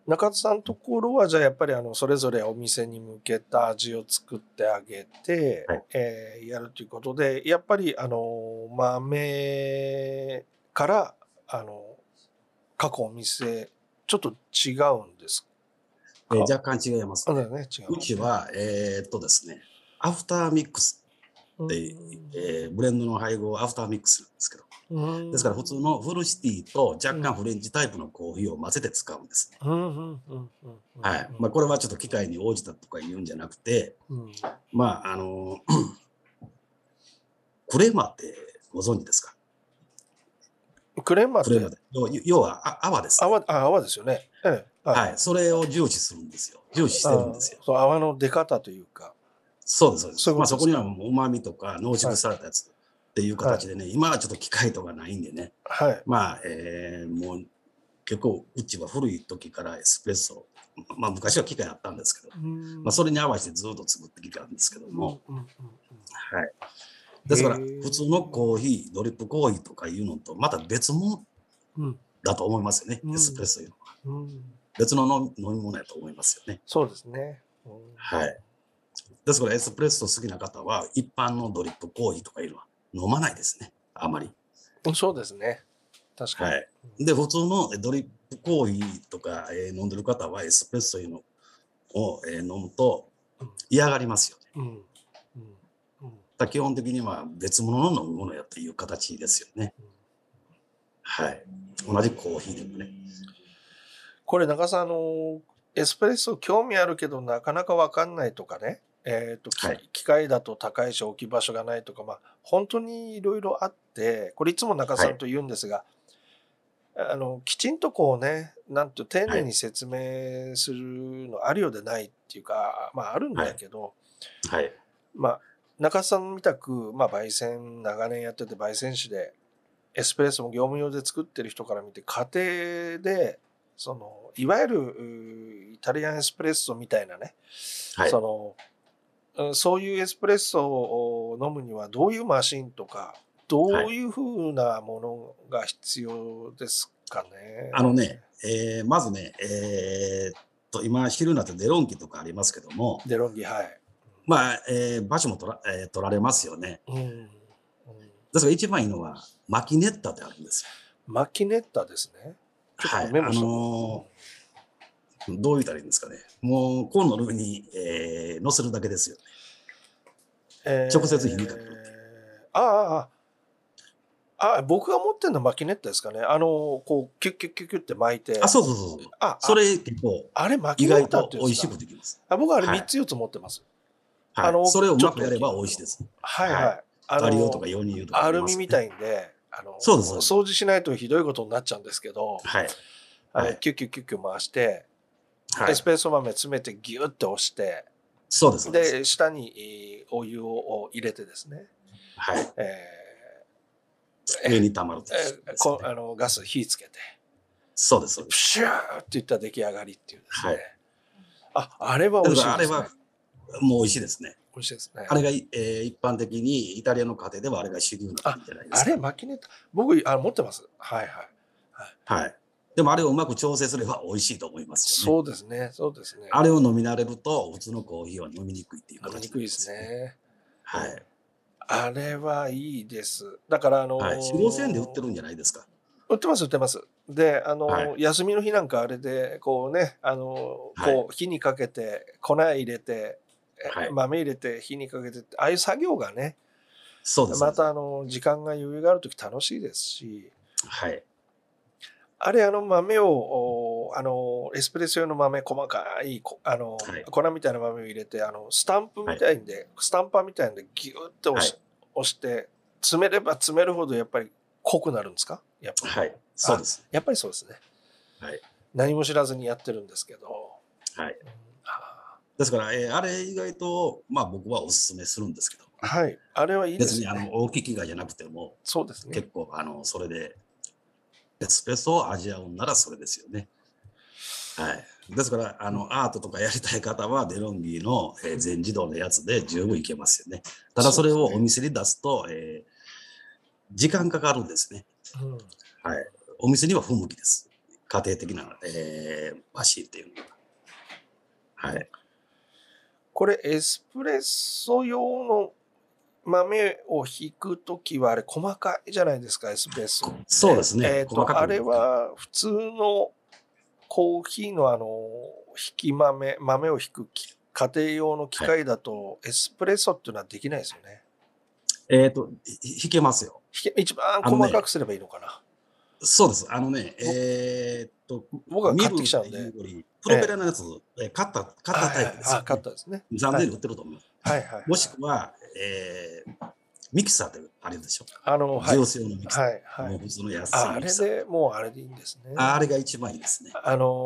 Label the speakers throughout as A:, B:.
A: 中田さんのところは、じゃあやっぱりそれぞれお店に向けた味を作ってあげて、
B: はい。
A: やるということで、やっぱり豆から各お店、ちょっと違うんですか？
B: 若干違いますね。
A: だよね、違う
B: う
A: もんね。
B: ちは、ですね、アフターミックス
A: うー
B: って、
A: ん。
B: ブレンドの配合はアフターミックスなんですけど、
A: うー
B: ですから普通の
A: ん。
B: フルシティと若
A: うん。
B: 干フレンチタイプのコーヒーを混ぜて使うんですね。
A: うん、うん、うん、うん、うん、
B: はい。まあ、これはちょっと機械に応じたとか言うんじゃなくて、
A: うん。
B: まあ、クレマってご存知ですか？
A: クレーマって、
B: クレマで。要は泡ですね。
A: 泡ですよね。ええ、はい。
B: はい。それを重視するんですよ。重視してるんですよ。
A: そう、泡の出方というか、
B: そうです、そうです。
A: そういう
B: まあ、そこには
A: ことですか？
B: もう旨味とか濃縮
A: はい。
B: されたやつっていう
A: はい。
B: 形でね、今はちょっと機械とかないんでね、
A: はい。
B: まあ、もう結構うちは古い時からエスプレッソ、まあ昔は機械あったんですけど、
A: うー
B: まあそ
A: ん。
B: れに合わせてずっと作ってきたんですけど
A: うん、うん、
B: も、
A: うん、うん。
B: はい。で
A: へ
B: すから普通のコー
A: え。
B: ヒー、ドリップコーヒーとかいうのとまた別物
A: うん、
B: だと思いますよね、エスプレッ
A: うん、
B: ソいうのは。
A: うん。
B: 別の飲み物やと思いますよね。
A: そうですね。
B: はい。ですからエスプレッソ好きな方は一般のドリップコーヒーとかいうのは飲まないですね、あまり。
A: うん、そうですね。確かに。
B: はい。で、普通のドリップコーヒーとか、飲んでる方はエスプレッソいうのを、飲むと
A: うん、
B: 嫌がりますよね。
A: うん、うん、うん、
B: 基本的には別物の飲み物やという形ですよね。
A: うん。
B: はい。同じコーヒーでもね。
A: これ、中田さん、エスプレッソ興味あるけど、なかなかわかんないとかね。
B: はい。
A: 機械だと高いし置き場所がないとか、まあ、本当にいろいろあって、これいつも中田
B: はい。
A: さんと言うんですが、きちんとこうね、なんと丁
B: はい。
A: 寧に説明するのあるようでないっていうか、まああるん
B: はい。
A: だけど、
B: はい。
A: まあ、中田さんみたく、まあ焙煎長年やってて焙煎士で、エスプレッソも業務用で作ってる人から見て、家庭で、いわゆるイタリアンエスプレッソみたいなね、
B: はい。
A: そそういうエスプレッソを飲むにはどういうマシンとか、どう
B: はい。
A: いうふうなものが必要ですか
B: あの
A: ね。
B: ね、まずね、今、昼になってデロンギとかありますけども、
A: デロンギ、はい。
B: まあ、場所も取られますよね。
A: うん。うん。
B: ですから一番いいのは、マキネッタってあるんですよ。
A: マキネッタですね。ちょっと
B: はい。
A: これメモしとく。
B: どう言ったらいいんですかね。もう、コーンの上に、乗せるだけですよね。直接火にかけるっていう。
A: ああ、僕が持ってるのはマキネッタですかね。こう、キュッキュッキュッキュッって巻い
B: あ、
A: て、
B: そうそうそうそう。
A: あ、あ、
B: それ結構、
A: あれマキ
B: 意
A: ネッタっ
B: 外と美味し
A: ていうんですか。
B: くできます。
A: 僕はあれ3
B: はい。
A: つ4つ持ってます。
B: はい。それをう
A: ちょっと
B: まくやれば
A: 大きいのと。
B: 美味しいです。はい。
A: はいはい。
B: ガリオとかヨニユとかあ
A: ア
B: りますよね。
A: ルミみたいんで、
B: そうです、そうです。
A: 掃除しないとひどいことになっちゃうんですけど、
B: はい。はい。
A: キュッキュッキュッキュッ回して、
B: はい。
A: エスプレッソ豆詰めてギュッて押して、
B: そうです、そうです。
A: で、下にお湯を入れてですね、
B: はい。
A: え
B: 上に溜まるとですよね。
A: ガス火つけて、
B: そうです、そ
A: で、プ
B: うです。
A: シューっていった出来上がりっていうですね。
B: はい。
A: あれは美
B: だ
A: 味
B: からあれは
A: しいですね。
B: もう美味しいですね。
A: 美味しいですね。
B: あれが、一般的にイタリアの家庭ではあれが主流になってるんじゃないです
A: あれ
B: か。
A: マキネット、僕、持ってます。はいはい。はい。
B: はい。でもあれをうまく調整すれば美味しいと思いますよね。
A: そうですね、そうですね。
B: あれを飲み慣れると、普通のコーヒーは飲みにくいっていう
A: 飲みに
B: 形にな
A: くいです
B: りますよね。
A: ね。
B: はい。
A: あれはいいです。だから
B: はい。4、5千円で売ってるんじゃないですか。
A: 売ってます、売ってます。で、
B: はい。
A: 休みの日なんかあれで、こうね、
B: はい。
A: 火にかけて、粉入れて、
B: はい。
A: 豆入れて火にかけてって、ああいう作業がね、
B: そうです、そうです。
A: また時間が余裕があるとき楽しいですし、
B: はい。
A: あれ豆を、エスプレッソ用の豆、細かい、
B: はい。
A: 粉みたいな豆を入れて、スタンプみ
B: はい。
A: たいんで、スタンパーみたいんでギューって
B: はい。
A: 押して、詰めれば詰めるほどやっぱり濃くなるんですか？やっぱり。
B: はい。そうです。
A: やっぱりそうですね。
B: はい。
A: 何も知らずにやってるんですけど。
B: はい。
A: うん、あ
B: ですから、あれ意外と、まあ僕はお勧めするんですけどもね。
A: はい。あれはいいで
B: 別に
A: すね。
B: 大きい機械じゃなくても、
A: そうですね。
B: 結構それでエスプレッソを味わうんならそれですよね。はい。ですから、
A: うん。
B: アートとかやりたい方はデロンギーの、
A: うん。
B: 全自動のやつで十分いけますよね。ただそれをお
A: そうですね。
B: 店に出すと、時間かかるんですね。
A: うん。
B: はい。お店には不向きです。 家庭的な、マシンっていうのは。はい。
A: これエスプレッソ用の豆をひくときはあれ細かいじゃないですか、エスプレッソって。
B: そうですね。細かく。
A: あれは普通のコーヒーのひき豆をひく家庭用の機械だと、エスプレッソっていうのはできないですよね。
B: ひけますよ。
A: 一番細かくすればいいのかな。
B: そうです。
A: 僕は買ってきちゃうんで。
B: プロペラのやつ、買ったタイプですよ、ね。
A: 買ったですね。
B: 残念に売ってると思います。
A: はいはい。
B: もしくは、ミキサーってあれでしょ。
A: はい。
B: 用のミキサー。
A: はいはい。
B: もう普通の安いミキサー。
A: あれでもうあれでいいんですね。
B: あれが一番いいですね。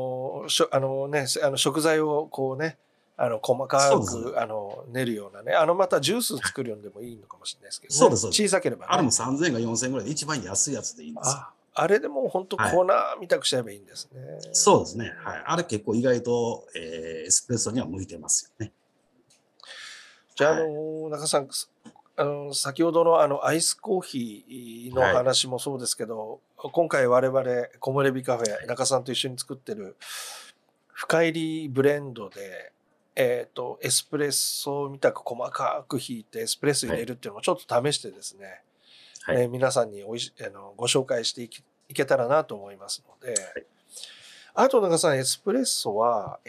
A: 食材をこうね、細かく練るようなね、またジュース作るようでもいいのかもしれないですけどね。
B: そうです。
A: 小さければね。
B: あれも3000円か4000円ぐらいで一番安いやつでいいんですよ。
A: あれでもう本当粉みたくしちゃえばいいんですね。
B: そうですね。はい。あれ結構意外と、エスプレッソには向いてますよね。
A: じゃあ、中さん、先ほどのアイスコーヒーの話もそうですけど、今回我々木漏れ日カフェ、中さんと一緒に作ってる深入りブレンドで、エスプレッソみたく細かくひいてエスプレッソ入れるっていうのもちょっと試してですね、皆さんにご紹介していけたらなと思いますので、あと中さん、エスプレッソは、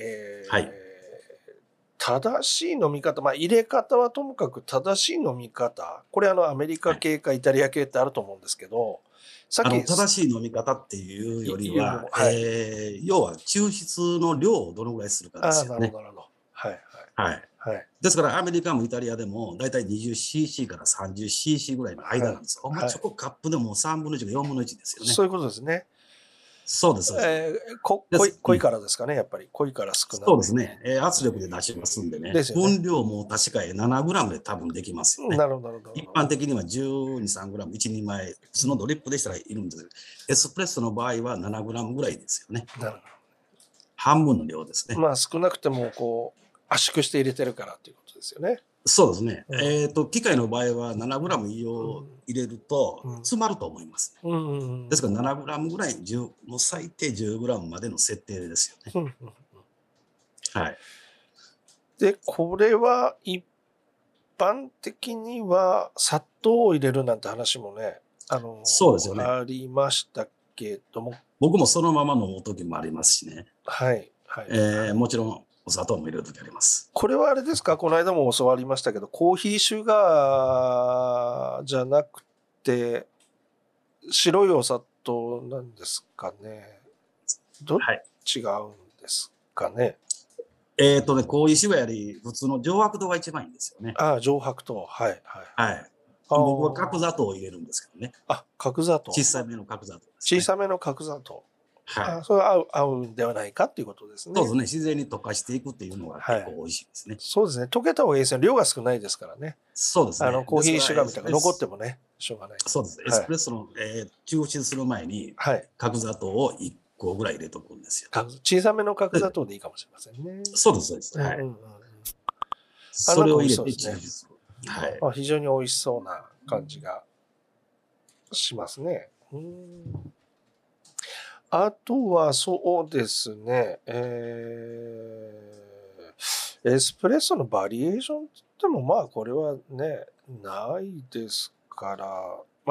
A: 正しい飲み方、入れ方はともかく正しい飲み方、これアメリカ系かイタリア系ってあると思うんですけど、
B: さっき正しい飲み方っていうよりは、要は抽出の量をどのぐらいするかですよね。
A: なるほど。はい
B: はい。ですからアメリカもイタリアでもだいたい 20cc から 30cc ぐらいの間なんですよ。チョコカップでも3分の1か4分の1ですよね。
A: そういうことですね。
B: そうです。
A: 濃いからですかね、やっぱり。濃いから少ない。
B: そうですね。圧力で出しますんでね。分量も確か7グラムで多分できますよね。
A: なるほど。
B: 一般的には12、3グラム、1人前、普通のドリップでしたらいるんですけど、エスプレッソの場合は7グラムぐらいですよね。
A: なるほど。
B: 半分の量ですね。
A: 少なくても圧縮して入れてるからっていうことですよね。
B: そうですね。機械の場合は7グラムを入れると詰まると思います、ね。ですから7グラムぐらい、もう最低10グラムまでの設定ですよね。はい。
A: で、これは一般的には砂糖を入れるなんて話もね、
B: そうですよね。
A: ありましたけども。
B: 僕もそのまま飲む時もありますしね。
A: はい。
B: もちろんお砂糖も入れる時あります。
A: これはあれですか、この間も教わりましたけど、コーヒーシュガーじゃなくて、白いお砂糖なんですかね。どっちが合うんですかね。
B: コーヒーシュガーより普通の上白糖が一番いいんですよね。
A: 上白糖。はい。
B: 僕は角砂糖を入れるんですけどね。
A: 角砂糖。
B: 小さめの角砂糖です、
A: 小さめの角砂糖。
B: はい。
A: それは合うんではないかっていうことですね。
B: そうですね。自然に溶かしていくっていうのが結構美味しいですね。
A: そうですね。溶けた方がいいですね。量が少ないですからね。
B: そうですね。
A: コーヒーシュガーみたいな残ってもね、しょうがない。
B: そうです。エスプレッソの、抽出する前に、角砂糖を1個ぐらい入れとくんですよ。
A: 小さめの角砂糖でいいかもしれませんね。
B: そうです、そうです。はい。それを入れて抽出する。
A: はい。非常に美味しそうな感じがしますね。あとはそうですね、エスプレッソのバリエーションって言ってもこれはね、ないですから、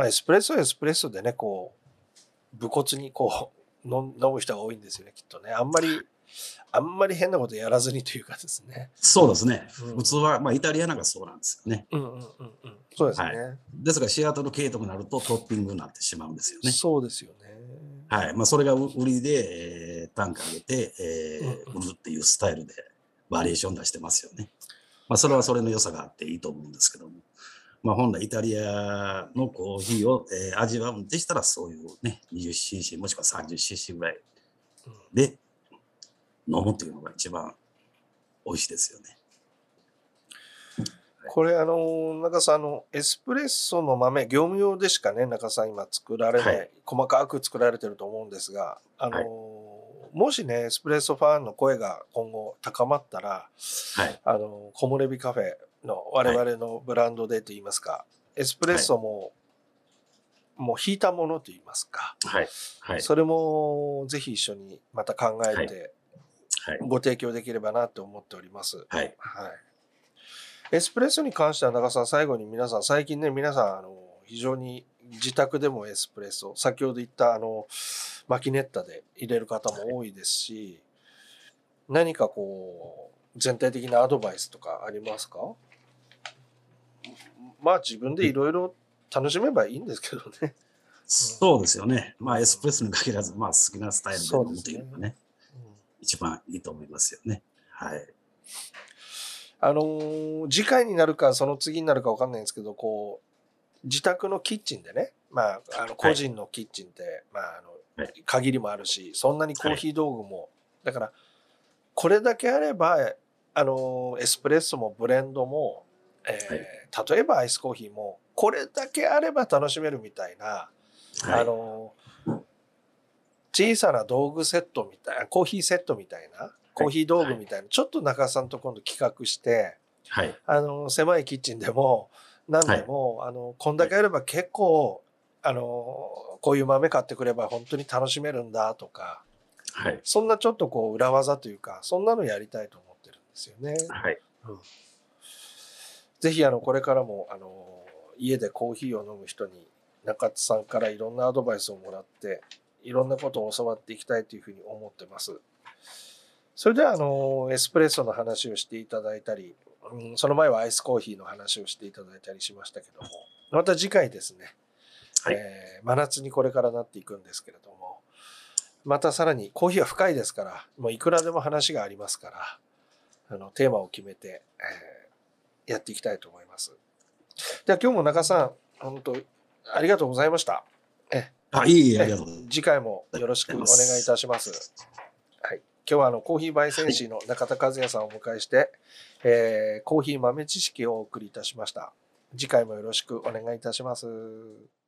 A: エスプレッソはエスプレッソでね、武骨に飲む人が多いんですよね、きっとね。あんまり変なことやらずにというかですね。
B: そうですね。普通は、イタリアなんかそうなんですよね。
A: そうですね。
B: ですからシアトル系とかになるとトッピングになってしまうんですよね。
A: そうですよね。
B: はい。それが売りで、単価上げて、売るっていうスタイルでバリエーション出してますよね。それはそれの良さがあっていいと思うんですけども。本来イタリアのコーヒーを、味わうんでしたらそういうね、20cc もしくは 30cc ぐらいで飲むっていうのが一番美味しいですよね。
A: これ中さんエスプレッソの豆業務用でしかね中さん今作られない、細かく作られてると思うんですがもしねエスプレッソファンの声が今後高まったら、木漏れ日カフェの我々のブランドでといいますか、エスプレッソももう引いたものといいますか、
B: はい。はい。
A: それもぜひ一緒にまた考え
B: はい。
A: て
B: はい。
A: ご提供できればなと思っております。
B: はい。
A: はい。エスプレッソに関しては中さん、最後に皆さん、最近ね、皆さん、非常に自宅でもエスプレッソ、先ほど言ったマキネッタで入れる方も多いですし、何かこう、全体的なアドバイスとかありますか？まあ自分でいろいろ楽しめばいいんですけどね。
B: そうですよね。まあ、エスプレッソに限らず、まあ、好きなスタイルで飲むというのがね、
A: うん
B: 一番いいと思いますよね。はい。
A: 次回になるか、その次になるか分かんないんですけど、こう、自宅のキッチンでね、まあ、個人のキッチンって、まあ、
B: はい。
A: 限りもあるし、そんなにコ
B: はい。
A: ーヒー道具も、だから、これだけあれば、エスプレッソもブレンドも、
B: はい。
A: 例えばアイスコーヒーも、これだけあれば楽しめるみたいな、
B: はい。
A: 小さな道具セットみたいな、コーヒーセットみたいな、コ
B: はい。
A: ーヒー道
B: はい。
A: 具みたいな、ちょっと中田さんと今度企画して、
B: はい。
A: 狭いキッチンでも、何
B: はい。
A: でも、こん
B: はい。
A: だけあれば結構、こういう豆買ってくれば本当に楽しめるんだとか、
B: はい。
A: そんなちょっとこう裏技というか、そんなのやりたいと思ってるんですよね。
B: はい。
A: うん、ぜひこれからも家でコーヒーを飲む人に中津さんからいろんなアドバイスをもらって、いろんなことを教わっていきたいというふうに思ってます。それではエスプレッソの話をしていただいたり、その前はアイスコーヒーの話をしていただいたりしましたけども、また次回ですね、
B: はい。
A: 真夏にこれからなっていくんですけれども、またさらにコーヒーは深いですから、もういくらでも話がありますから、テーマを決めて、やっていきたいと思います。では今日も中さん、本当ありがとうございました。
B: あ、いいえ、ありがとうご
A: 次回も
B: ざ
A: よろしく
B: いま
A: お願いいた
B: す。
A: します。はい。今日はコーヒー焙煎
B: はい。
A: 士の中田和也さんをお迎えして、コーヒー豆知識をお送りいたしました。次回もよろしくお願いいたします。